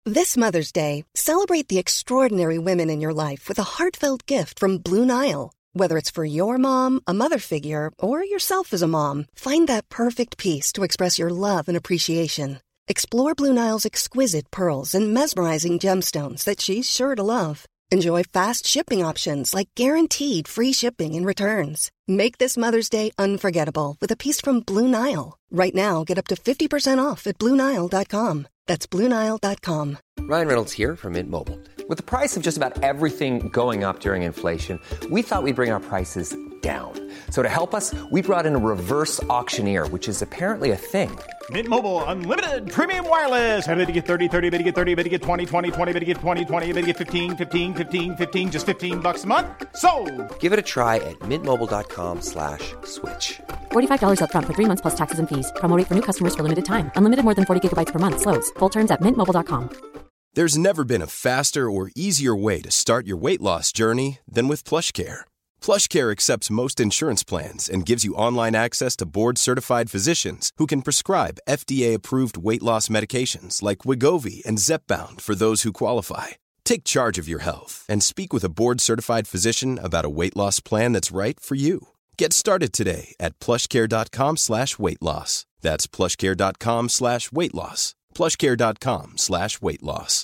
This Mother's Day, celebrate the extraordinary women in your life with a heartfelt gift from Blue Nile. Whether it's for your mom, a mother figure, or yourself as a mom, find that perfect piece to express your love and appreciation. Explore Blue Nile's exquisite pearls and mesmerizing gemstones that she's sure to love. Enjoy fast shipping options like guaranteed free shipping and returns. Make this Mother's Day unforgettable with a piece from Blue Nile. Right now, get up to 50% off at BlueNile.com. That's BlueNile.com. Ryan Reynolds here from Mint Mobile. With the price of just about everything going up during inflation, we thought we'd bring our prices down. So to help us, we brought in a reverse auctioneer, which is apparently a thing. Mint Mobile Unlimited Premium Wireless. How to get 30, 30, bit to get 30, bit to get 20, 20, 20, bit to get 20, 20, bit to get 15, 15, 15, 15, just $15 a month? Sold! Give it a try at mintmobile.com/switch. $45 up front for 3 months plus taxes and fees. Promo rate for new customers for limited time. Unlimited more than 40 gigabytes per month. Slows full terms at mintmobile.com. There's never been a faster or easier way to start your weight loss journey than with PlushCare. PlushCare accepts most insurance plans and gives you online access to board-certified physicians who can prescribe FDA-approved weight loss medications like Wegovy and Zepbound for those who qualify. Take charge of your health and speak with a board-certified physician about a weight loss plan that's right for you. Get started today at plushcare.com/weightloss. That's plushcare.com/weightloss. plushcare.com/weightloss.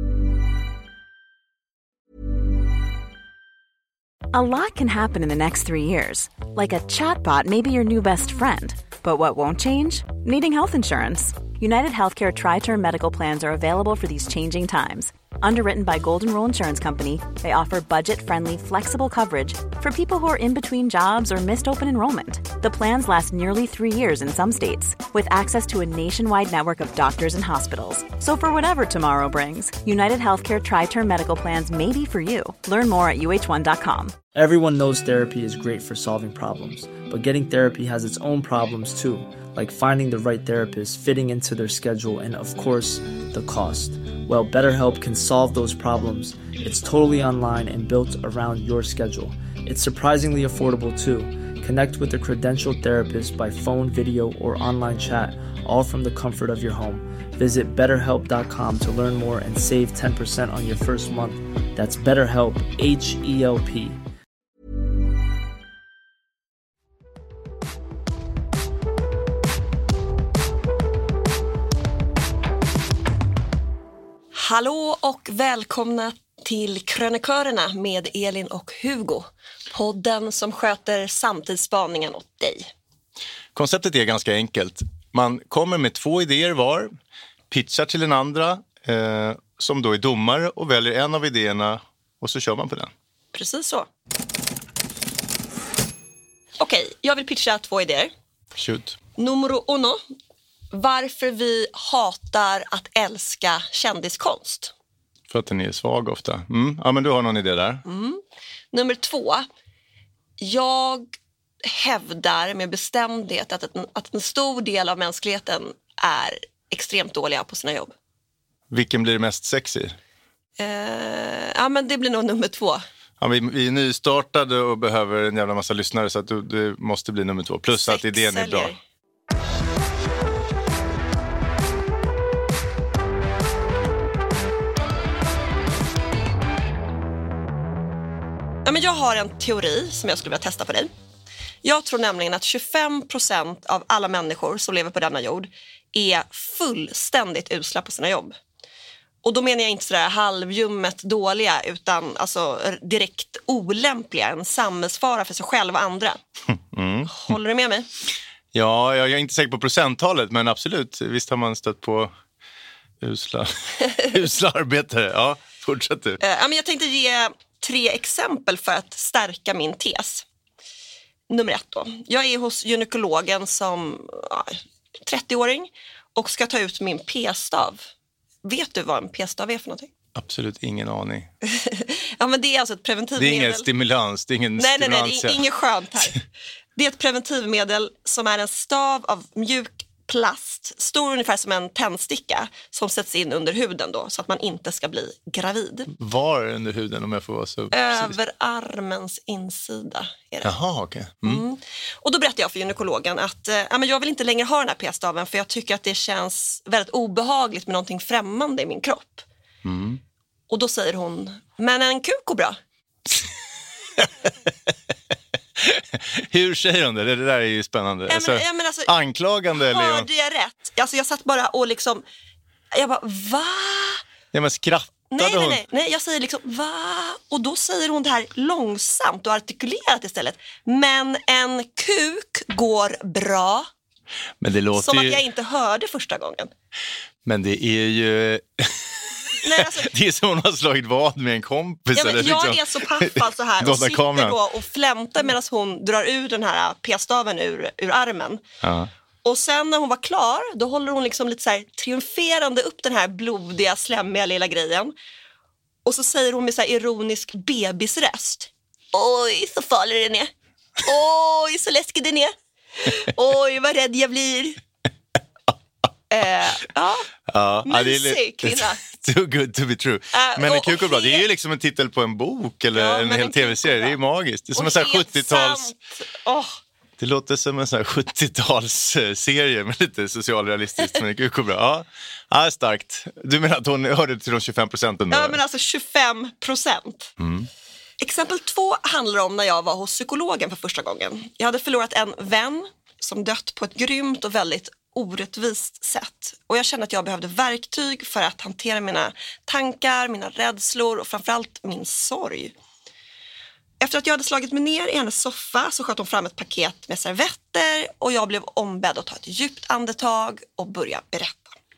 A lot can happen in the next 3 years. Like a chatbot may be your new best friend. But what won't change? Needing health insurance. United Healthcare Tri-Term Medical Plans are available for these changing times. Underwritten by Golden Rule Insurance Company, they offer budget-friendly, flexible coverage for people who are in between jobs or missed open enrollment. The plans last nearly 3 years in some states, with access to a nationwide network of doctors and hospitals. So for whatever tomorrow brings, United Healthcare Tri-Term Medical Plans may be for you. Learn more at uh1.com. Everyone knows therapy is great for solving problems, but getting therapy has its own problems too, like finding the right therapist, fitting into their schedule, and of course, the cost. Well, BetterHelp can solve those problems. It's totally online and built around your schedule. It's surprisingly affordable too. Connect with a credentialed therapist by phone, video, or online chat, all from the comfort of your home. Visit BetterHelp.com to learn more and save 10% on your first month. That's BetterHelp, H-E-L-P. Hallå och välkomna till Krönikörerna med Elin och Hugo. Podden som sköter samtidsspaningen åt dig. Konceptet är ganska enkelt. Man kommer med 2 idéer var, pitchar till den andra som då är domare och väljer en av idéerna och så kör man på den. Precis så. Okej, jag vill pitcha 2 idéer. Shoot. Numero 1. Varför vi hatar att älska kändiskonst. För att den är svag ofta. Ja, men du har någon idé där. Nummer 2. Jag hävdar med bestämdhet att en stor del av mänskligheten är extremt dåliga på sina jobb. Vilken blir mest sexy? Ja, men det blir nog nummer 2. Ja, vi är nystartade och behöver en jävla massa lyssnare så att det måste bli nummer 2. Plus att idén är bra. Ja, men jag har en teori som jag skulle vilja testa på dig. Jag tror nämligen att 25% av alla människor som lever på denna jord är fullständigt usla på sina jobb. Och då menar jag inte sådär halvjummet dåliga utan alltså direkt olämpliga, en samhällsfara för sig själv och andra. Håller du med mig? Ja, jag är inte säker på procenttalet men absolut, visst har man stött på usla arbetare. Ja, fortsätt du. Ja, men jag tänkte ge 3 exempel för att stärka min tes. Nummer 1 då. Jag är hos gynekologen som 30-åring och ska ta ut min p-stav. Vet du vad en p-stav är för någonting? Absolut ingen aning. Ja, men det är alltså ett preventivmedel. Det är ingen stimulans, det är ingen Nej, det är inget skönt här. Det är ett preventivmedel som är en stav av mjuk plast, stor ungefär som en tändsticka som sätts in under huden då så att man inte ska bli gravid. Var under huden om jag får vara så över armens insida är det. Jaha, okej. Och då berättade jag för gynekologen att men jag vill inte längre ha den här p-staven för jag tycker att det känns väldigt obehagligt med någonting främmande i min kropp. Och då säger hon, men en kuk går bra. Hur säger hon det? Det där är ju spännande. Alltså, anklagande eller? Hörde jag rätt? Alltså jag satt bara och liksom, jag bara, va? Ja, men skrattade hon? Nej, jag säger liksom, va? Och då säger hon det här långsamt och artikulerat istället. Men en kuk går bra. Men det låter som att jag inte hörde första gången. Men det är ju... Nej, alltså... Det är som hon har slagit vad med en kompis. Ja, men eller jag liksom... är så paff alltså här och sitter då och flämtar medan hon drar ur den här p-staven ur armen. Ja. Och sen när hon var klar, då håller hon liksom lite så här triumferande upp den här blodiga, slämmiga lilla grejen. Och så säger hon med så här ironisk bebisröst. Oj, så farlig den är. Oj, så läskig den är. Oj, vad rädd jag blir. Mysig kvinna. Too good to be true. Men en kuk och bra, det är ju liksom en titel på en bok eller en hel tv-serie. Det är ju magiskt. Det är som en sån här 70-tals... Det låter som en sån här 70-talsserie med lite socialrealistiskt. Men en kuk och bra. Ja, starkt. Du menar att hon hörde till de 25%? Ja, men alltså 25%. Exempel 2 handlar om när jag var hos psykologen för första gången. Jag hade förlorat en vän som dött på ett grymt och väldigt orättvist sätt. Och jag kände att jag behövde verktyg för att hantera mina tankar, mina rädslor och framförallt min sorg. Efter att jag hade slagit mig ner i hennes soffa så sköt hon fram ett paket med servetter och jag blev ombedd att ta ett djupt andetag och börja berätta.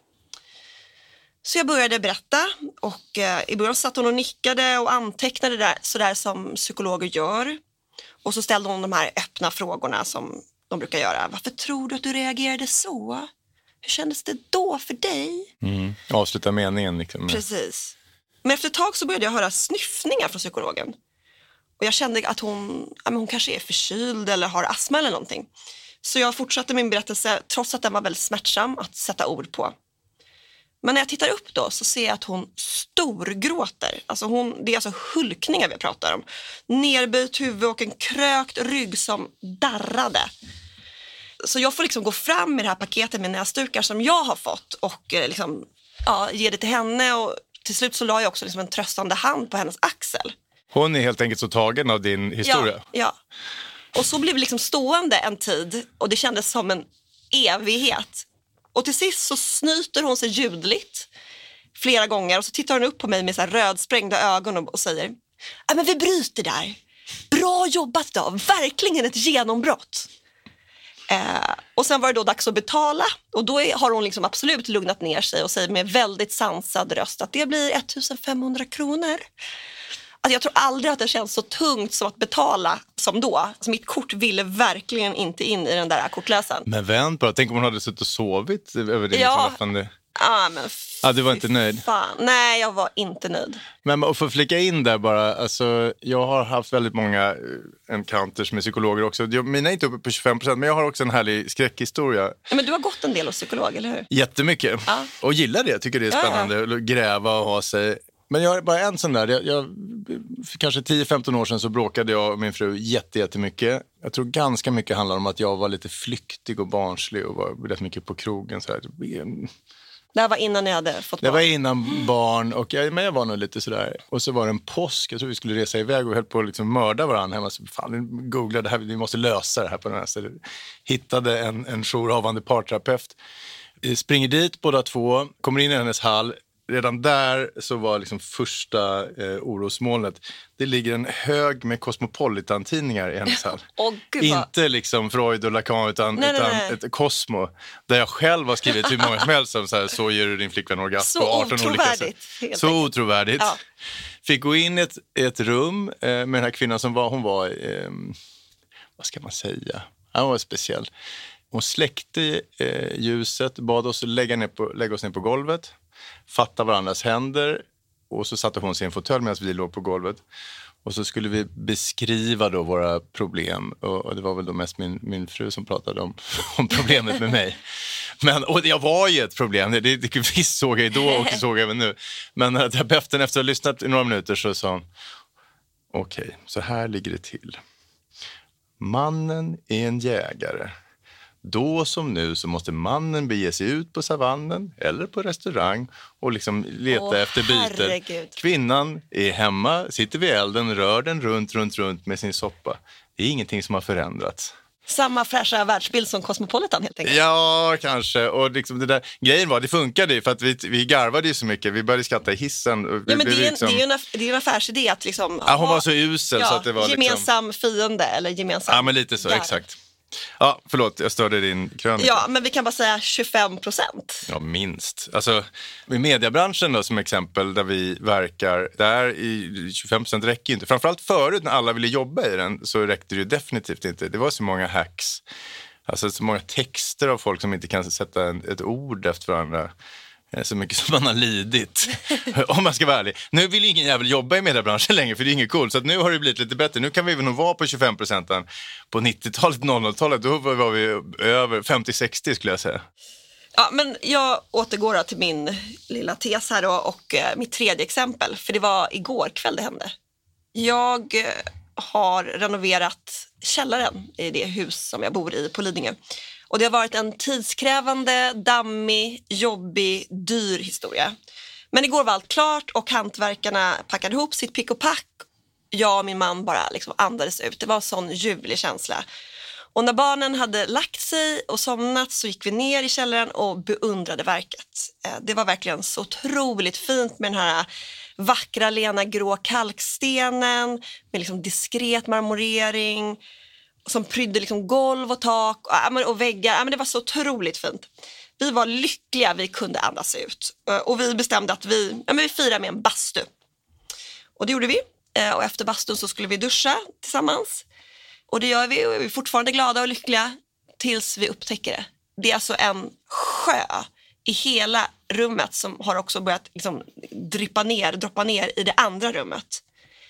Så jag började berätta och i början satt hon och nickade och antecknade där, sådär som psykologer gör. Och så ställde hon de här öppna frågorna som de brukar göra. Varför tror du att du reagerade så? Hur kändes det då för dig? Avsluta meningen. Liksom. Precis. Men efter ett tag så började jag höra snyftningar från psykologen. Och jag kände att hon kanske är förkyld eller har astma eller någonting. Så jag fortsatte min berättelse trots att den var väldigt smärtsam att sätta ord på. Men när jag tittar upp då så ser jag att hon storgråter. Alltså det är alltså hulkningar vi pratar om. Nerböjt huvud och en krökt rygg som darrade. Så jag får liksom gå fram med det här paketet med näsdukar som jag har fått och liksom, ge det till henne. Och till slut så la jag också liksom en tröstande hand på hennes axel. Hon är helt enkelt så tagen av din historia. Ja. Och så blev vi liksom stående en tid och det kändes som en evighet. Och till sist så snyter hon sig ljudligt flera gånger och så tittar hon upp på mig med så här rödsprängda ögon och säger: men vi bryter där. Bra jobbat då, verkligen ett genombrott. Och sen var det då dags att betala och då har hon liksom absolut lugnat ner sig och säger med väldigt sansad röst att det blir 1500 kronor. Alltså jag tror aldrig att det känns så tungt som att betala som då. Alltså mitt kort ville verkligen inte in i den där kortläsaren. Men vänt bara, tänk om hon hade suttit och sovit över det. Du var inte nöjd? Fan. Nej, jag var inte nöjd. Men för att flika in där bara, alltså, jag har haft väldigt många encounters med psykologer också. Mina är inte uppe på 25%, men jag har också en härlig skräckhistoria. Men du har gått en del hos psykolog, eller hur? Jättemycket. Ja. Och gillar det, tycker det är spännande att gräva och ha sig. Men jag har bara en sån där, för kanske 10-15 år sedan så bråkade jag och min fru jättemycket. Jag tror ganska mycket handlar om att jag var lite flyktig och barnslig och var rätt mycket på krogen. Så här. Det här var innan jag hade fått barn? Det var innan barn, men jag var nog lite sådär. Och så var det en påsk, jag tror vi skulle resa iväg och höll på att liksom mörda varandra hemma. Så fan, googlade det här, vi måste lösa det här på den här. Så hittade en jourhavande parterapeut. Springer dit båda två, kommer in i hennes hall. Redan där så var liksom första orosmolnet. Det ligger en hög med Cosmopolitan-tidningar i hennes hall. Inte liksom Freud och Lacan utan ett Cosmo. Där jag själv har skrivit hur många som helst som så ger du din flickvän orgasm på 18 olika sätt. Så otrovärdigt. Ja. Fick gå in i ett rum med den här kvinnan som hon var, vad ska man säga? Hon var speciell. Hon släckte ljuset, bad oss lägga oss ner på golvet. Fatta varandras händer och så satte hon sig i en fåtölj medan vi låg på golvet. Och så skulle vi beskriva då våra problem. Och det var väl då mest min fru som pratade om problemet med mig. Och jag var ju ett problem. Det visst såg jag ju då och såg jag även nu. Men när terapeuten efter att ha lyssnat i några minuter så sa hon: Okej, så här ligger det till. Mannen är en jägare. då som nu så måste mannen bege sig ut på savannen eller på restaurang och liksom leta efter byten. Herregud. Kvinnan är hemma, sitter vid elden, rör den runt med sin soppa. Det är ingenting som har förändrats. Samma fräscha världsbild som Cosmopolitan helt enkelt. Ja, kanske. Och liksom det där grejen var, det funkade ju för att vi garvade ju så mycket. Vi började skratta i hissen. Och ja, men det är ju en affärsidé att liksom... Ja, hon var så usel så att det var gemensam fiende eller gemensam... Ja, men lite så, exakt. Ja, förlåt, jag störde din krönika. Ja, men vi kan bara säga 25%. Ja, minst. Alltså, i mediebranschen då, som exempel, där vi verkar, där i 25% räcker inte. Framförallt förut när alla ville jobba i den så räckte det ju definitivt inte. Det var så många hacks, alltså så många texter av folk som inte kan sätta ett ord efter varandra. Så mycket som man har lidit, om man ska vara ärlig. Nu vill ingen jävel jobba i mediebranschen längre för det är inget coolt. Så att nu har det blivit lite bättre. Nu kan vi väl nog vara på 25%. På 90-talet, 00-talet, då var vi över 50-60 skulle jag säga. Ja, men jag återgår till min lilla tes här då och mitt tredje exempel. För det var igår kväll det hände. Jag har renoverat källaren i det hus som jag bor i på Lidingö. Och det har varit en tidskrävande, dammig, jobbig, dyr historia. Men igår var allt klart och hantverkarna packade ihop sitt pick och pack. Jag och min man bara liksom andades ut. Det var en sån ljuvlig känsla. Och när barnen hade lagt sig och somnat så gick vi ner i källaren och beundrade verket. Det var verkligen så otroligt fint med den här vackra, lena, grå kalkstenen med liksom diskret marmorering som prydde liksom golv och tak och väggar. Men det var så otroligt fint. Vi var lyckliga, vi kunde andas ut. Och vi bestämde att vi firar med en bastu. Och det gjorde vi. Och efter bastun så skulle vi duscha tillsammans. Och det gör vi och vi är fortfarande glada och lyckliga tills vi upptäcker det. Det är alltså en sjö i hela rummet som har också börjat liksom droppa ner i det andra rummet.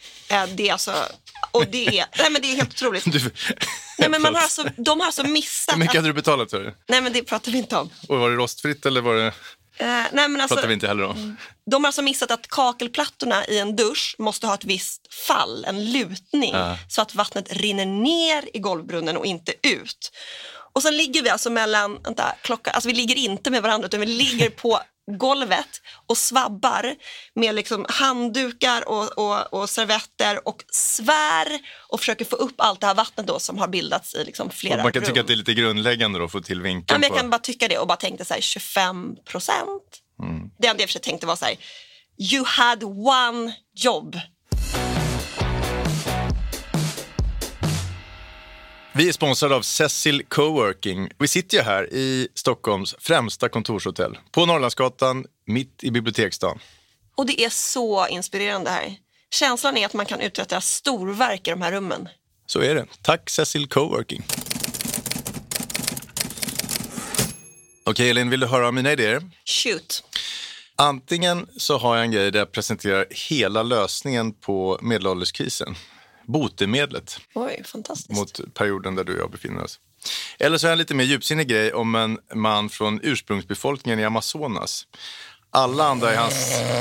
Det är alltså... Och det är helt otroligt. Nej, men de har alltså missat... Hur mycket hade du betalat för det? Nej, men det pratar vi inte om. Och var det rostfritt eller var det... Nej, men alltså, pratar vi inte heller om. De har alltså missat att kakelplattorna i en dusch måste ha ett visst fall, en lutning, så att vattnet rinner ner i golvbrunnen och inte ut. Och sen ligger vi alltså vi ligger inte med varandra utan vi ligger på golvet och svabbar med liksom handdukar och servetter och svär och försöker få upp allt det här vattnet då som har bildats i liksom flera rum. Man kan tycka att det är lite grundläggande då, få till vinkeln. Ja, men jag kan bara tycka det och bara tänkte så här 25%. Det enda jag för sig tänkte var så här: you had one job. Vi är sponsrade av Cecil Coworking. Vi sitter ju här i Stockholms främsta kontorshotell. På Norrlandsgatan, mitt i biblioteksdagen. Och det är så inspirerande här. Känslan är att man kan uträtta storverk i de här rummen. Så är det. Tack Cecil Coworking. Okej Elin, vill du höra om mina idéer? Shoot. Antingen så har jag en grej där jag presenterar hela lösningen på medelålderskrisen. Botemedlet. Oj, fantastiskt. Mot perioden där du och jag befinner oss. Eller så är en lite mer djupsinnig grej om en man från ursprungsbefolkningen i Amazonas. Alla andra i hans...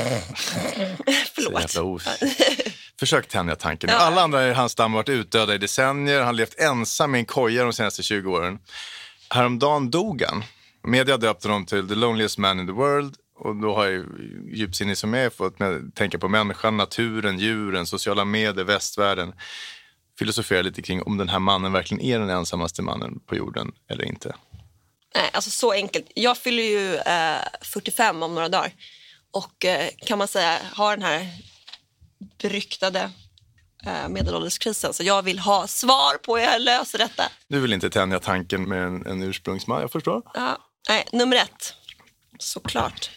Förlåt. Försök tänja tanken. Ja. Alla andra i hans stam har varit utdöda i decennier. Han levt ensam i en koja de senaste 20 åren. Häromdagen dog han. Media döpte honom till the loneliest man in the world. Och då har jag djupsinnig som jag fått tänka på människan, naturen, djuren, sociala medier, västvärlden. Filosofera lite kring om den här mannen verkligen är den ensammaste mannen på jorden eller inte. Nej, alltså så enkelt. Jag fyller ju 45 om några dagar. Och kan man säga har den här beryktade medelålderskrisen. Så jag vill ha svar på hur jag löser detta. Du vill inte tänja tanken med en ursprungsman, jag förstår. Ja, nej, nummer 1. Såklart.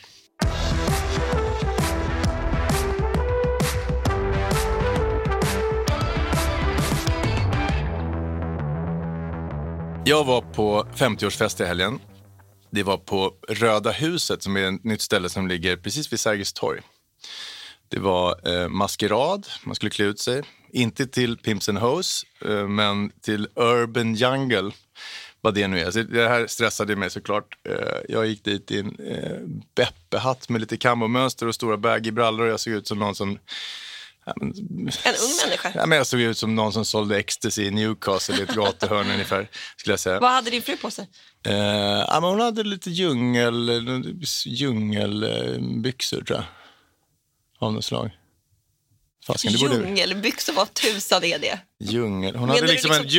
Jag var på 50-årsfest i helgen. Det var på Röda huset som är ett nytt ställe som ligger precis vid Sergels torg. Det var maskerad, man skulle klä ut sig. Inte till Pimps and Hoes, men till Urban Jungle. Vad det nu är. Så det här stressade mig såklart. Jag gick dit i en Beppe-hatt med lite kamomönster och stora baggy brallor. Jag såg ut som någon som En ung människa? Ja, men jag såg ut som någon som sålde ecstasy i Newcastle i ett gatuhörn ungefär, skulle jag säga. Vad hade din fru på sig? Men hon hade lite djungelbyxor, tror jag. Av något slag. Djungelbyxor, vad tusan är det? Djungel. Hon hade liksom en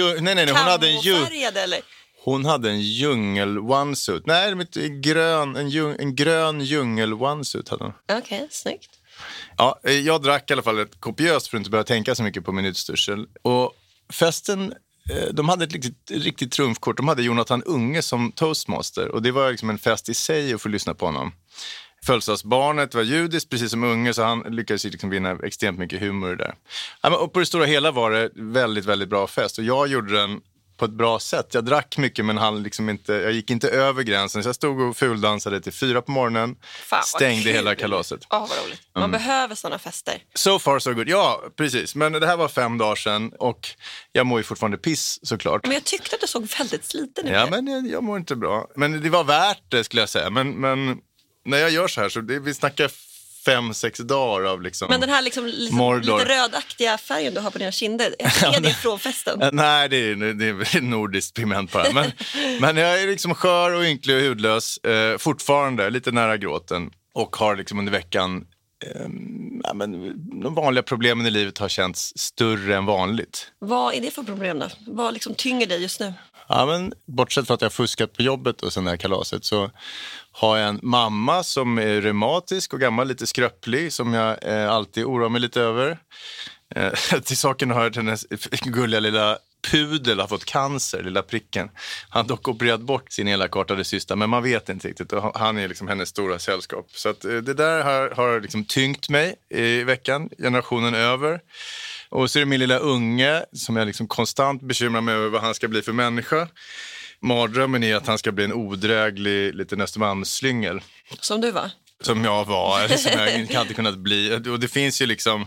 hon hade en djungel onesuit. Nej, en grön djungel onesuit hade hon. Okej, snyggt. Ja, jag drack i alla fall ett kopiöst för att inte börja tänka så mycket på min utstyrsel. Och festen, de hade ett riktigt trumfkort. De hade Jonathan Unge som toastmaster. Och det var liksom en fest i sig att få lyssna på honom. Födelsedagsbarnet var judiskt, precis som Unge, så han lyckades liksom vinna extremt mycket humor där. Ja, och på det stora hela var det väldigt, väldigt bra fest. Och jag gjorde den på ett bra sätt. Jag drack mycket, men jag gick inte över gränsen. Så jag stod och fuldansade till 4 på morgonen. Stängde hela kalaset. Vad roligt. Man behöver sådana fester. So far so good. Ja, precis. Men det här var 5 dagar sedan och jag mår ju fortfarande piss, såklart. Men jag tyckte att du såg väldigt sliten ut. Ja, men jag mår inte bra. Men det var värt det, skulle jag säga. Men när jag gör så här, så vi snackar 5-6 dagar av liksom. Men den här liksom lite rödaktiga färgen du har på dina kinder, är det från festen? Nej, det är nordiskt pigment bara. Men jag är liksom skör och ynklig och hudlös, fortfarande lite nära gråten, och har liksom under veckan de vanliga problemen i livet har känts större än vanligt. Vad är det för problem då? Vad liksom tynger dig just nu? Ja, men bortsett från att jag har fuskat på jobbet och sen det här kalaset, så har jag en mamma som är reumatisk och gammal, lite skröplig, som jag alltid oroar mig lite över. Till saken har att hennes gulliga lilla pudel har fått cancer, lilla pricken. Han har dock opererat bort sin elakartade syster, men man vet inte riktigt. Han är liksom hennes stora sällskap. Så att det där har liksom tyngt mig i veckan, generationen över. Och så är det min lilla unge som jag liksom konstant bekymrar mig över vad han ska bli för människa. Mardrömmen är att han ska bli en odräglig liten Östermalmsslyngel. Som du var? Som jag var, eller som jag inte hade kunnat bli. Och det finns ju liksom,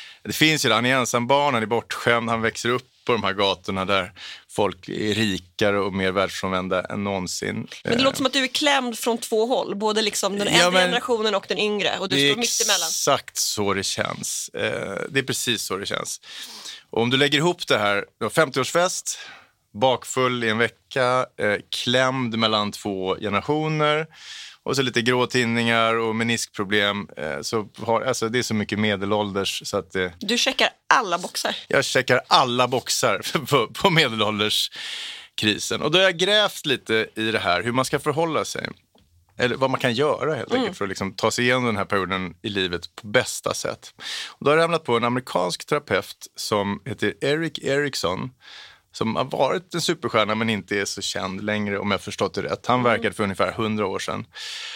han är ensambarn, han är bortskämd, han växer upp på de här gatorna där folk är rikare och mer världsfrånvända än någonsin. Men det låter som att du är klämd från 2 håll, både liksom den äldre generationen och den yngre, och du står mitt emellan. Exakt så det känns. Det är precis så det känns. Och om du lägger ihop det här, du har 50-årsfest, bakfull i en vecka, klämd mellan 2 generationer, och så lite gråtinningar och meniskproblem, så alltså det är så mycket medelålders så att du checkar alla boxar. Jag checkar alla boxar på medelålderskrisen. Och då har jag grävt lite i det här, hur man ska förhålla sig. Eller vad man kan göra helt enkelt för att liksom ta sig igenom den här perioden i livet på bästa sätt. Och då har jag ramlat på en amerikansk terapeut som heter Erik Erikson, som har varit en superstjärna men inte är så känd längre, om jag förstått det rätt. Han verkade för ungefär 100 år sedan.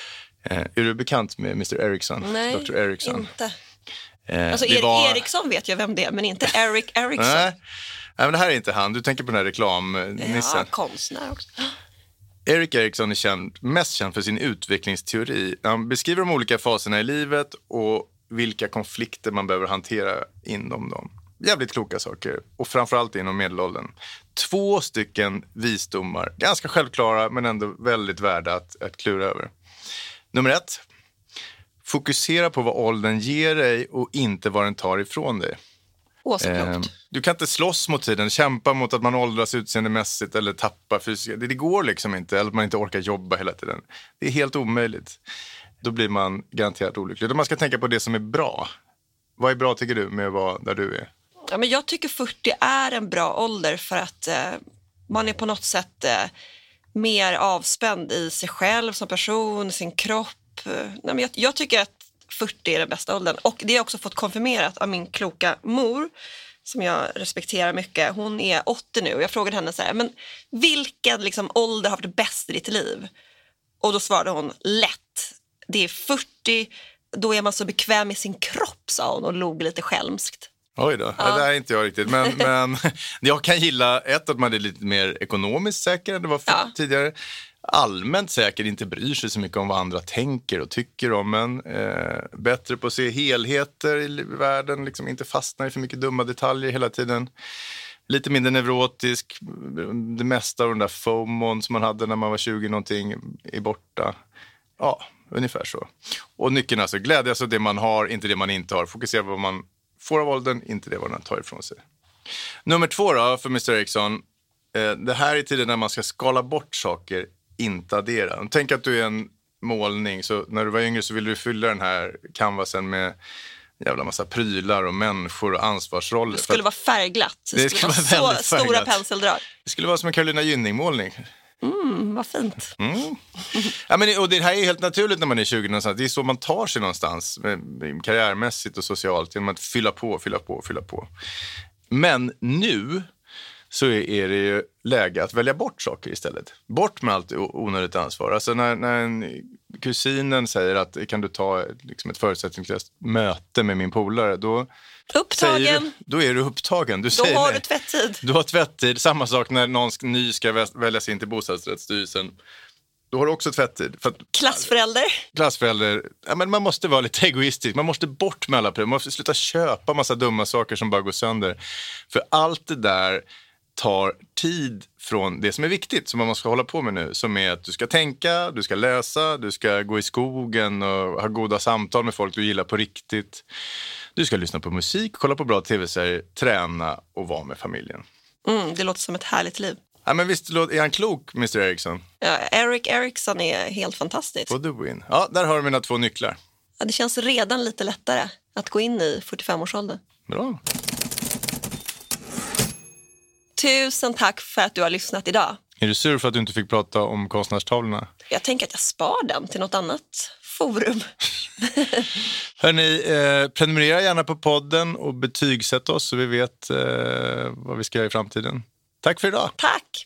Är du bekant med Mr. Eriksson? Nej, Dr. Eriksson? Inte. Alltså Eriksson vet jag vem det är, men inte Erik Eriksson. Nej, men det här är inte han. Du tänker på den här reklamnissen. Ja, konstnär också. Erik Erikson är mest känd för sin utvecklingsteori. Han beskriver de olika faserna i livet och vilka konflikter man behöver hantera inom dem. Jävligt kloka saker, och framförallt inom medelåldern. 2 stycken visdomar, ganska självklara men ändå väldigt värda att klura över. Nummer 1. Fokusera på vad åldern ger dig och inte vad den tar ifrån dig. Du kan inte slåss mot tiden, kämpa mot att man åldras utseendemässigt eller tappar fysiskt. Det går liksom inte, eller att man inte orkar jobba hela tiden. Det är helt omöjligt. Då blir man garanterat olycklig. Man ska tänka på det som är bra. Vad är bra, tycker du, med där du är? Ja, men jag tycker 40 är en bra ålder för att man är på något sätt mer avspänd i sig själv som person, sin kropp. Nej, men jag tycker att 40 är den bästa åldern. Och det har jag också fått konfirmerat av min kloka mor, som jag respekterar mycket. Hon är 80 nu och jag frågade henne så här, men vilken liksom ålder har varit bäst i ditt liv? Och då svarade hon, lätt. Det är 40, då är man så bekväm i sin kropp, sa hon och log lite skälmskt. Oj då, ja. Det är inte jag riktigt. Men jag kan gilla att man är lite mer ekonomiskt säker än det var tidigare. Allmänt säker, inte bryr sig så mycket om vad andra tänker och tycker om en. Bättre på att se helheter i världen, liksom inte fastna i för mycket dumma detaljer hela tiden. Lite mindre neurotisk, det mesta av den där FOMON som man hade när man var 20 någonting är borta. Ja, ungefär så. Och nyckeln alltså, glädjas av det man har, inte det man inte har. Fokusera på får av åldern, inte det vad den tar ifrån sig. Nummer 2 då för Mr. Eriksson. Det här är tiden när man ska skala bort saker, inte addera. Tänk att du är en målning, så när du var yngre så ville du fylla den här canvasen med jävla massa prylar och människor och ansvarsroller. Det skulle vara färgglatt. Det skulle vara så stora penseldrag. Det skulle vara som en Carolina Gynning-målning. Vad fint. Ja, men, och det här är helt naturligt när man är 20 någonstans. Det är så man tar sig någonstans karriärmässigt och socialt, genom att fylla på. Men nu så är det ju läge att välja bort saker istället. Bort med allt onödigt ansvar. Alltså när kusinen säger att kan du ta liksom ett förutsättningslöst möte med min polare, då upptagen. Då är du upptagen. Då har du tvätttid. Du har tvätttid. Samma sak när någon ny ska väljas in till bostadsrättsstyrelsen. Då har du också tvätttid. Klassförälder. Ja, men man måste vara lite egoistisk. Man måste bort med alla problem. Man måste sluta köpa massa dumma saker som bara går sönder. För allt det där tar tid från det som är viktigt, som man måste hålla på med nu, som är att du ska tänka, du ska läsa, du ska gå i skogen och ha goda samtal med folk du gillar på riktigt. Du ska lyssna på musik, kolla på bra tv-serier, träna och vara med familjen. Det låter som ett härligt liv. Ja, men visst är han klok, Mr. Eriksson? Ja, Eric Eriksson är helt fantastisk. For the win. Ja, där har du mina 2 nycklar. Ja, det känns redan lite lättare att gå in i 45-årsåldern. Bra. Tusen tack för att du har lyssnat idag. Är du sur för att du inte fick prata om konstnärstavlorna? Jag tänker att jag spar den till något annat forum. Hörrni, prenumerera gärna på podden och betygsätt oss så vi vet vad vi ska göra i framtiden. Tack för idag. Tack.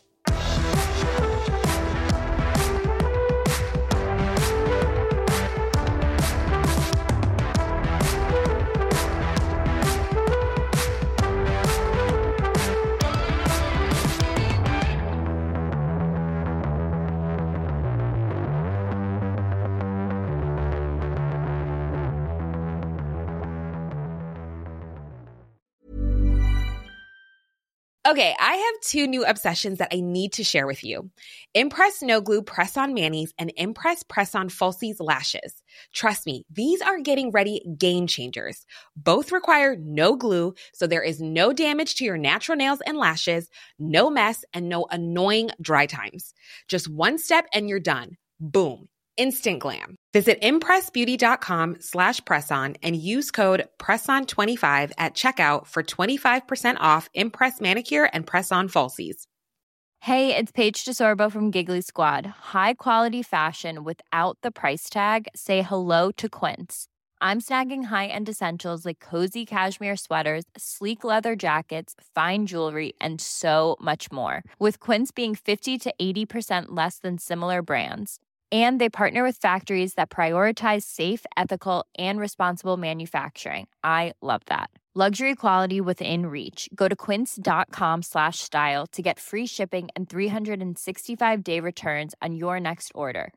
Okay, I have 2 new obsessions that I need to share with you. Impress No Glue Press-On Manis and Impress Press-On Falsies Lashes. Trust me, these are getting ready game changers. Both require no glue, so there is no damage to your natural nails and lashes, no mess, and no annoying dry times. Just one step and you're done. Boom. Instant glam. Visit impressbeauty.com/presson and use code PRESSON25 at checkout for 25% off Impress Manicure and Press-On Falsies. Hey, it's Paige DeSorbo from Giggly Squad. High quality fashion without the price tag. Say hello to Quince. I'm snagging high-end essentials like cozy cashmere sweaters, sleek leather jackets, fine jewelry, and so much more. With Quince being 50 to 80% less than similar brands. And they partner with factories that prioritize safe, ethical, and responsible manufacturing. I love that. Luxury quality within reach. Go to quince.com/style to get free shipping and 365-day returns on your next order.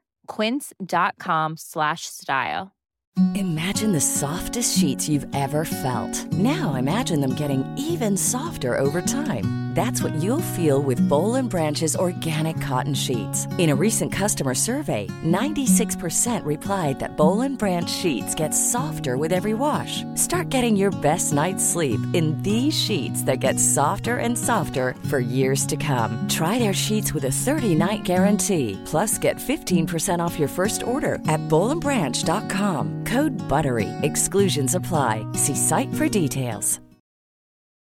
Quince.com/style. Imagine the softest sheets you've ever felt. Now imagine them getting even softer over time. That's what you'll feel with Boll & Branch's organic cotton sheets. In a recent customer survey, 96% replied that Boll & Branch sheets get softer with every wash. Start getting your best night's sleep in these sheets that get softer and softer for years to come. Try their sheets with a 30-night guarantee. Plus, get 15% off your first order at bollandbranch.com. Code BUTTERY. Exclusions apply. See site for details.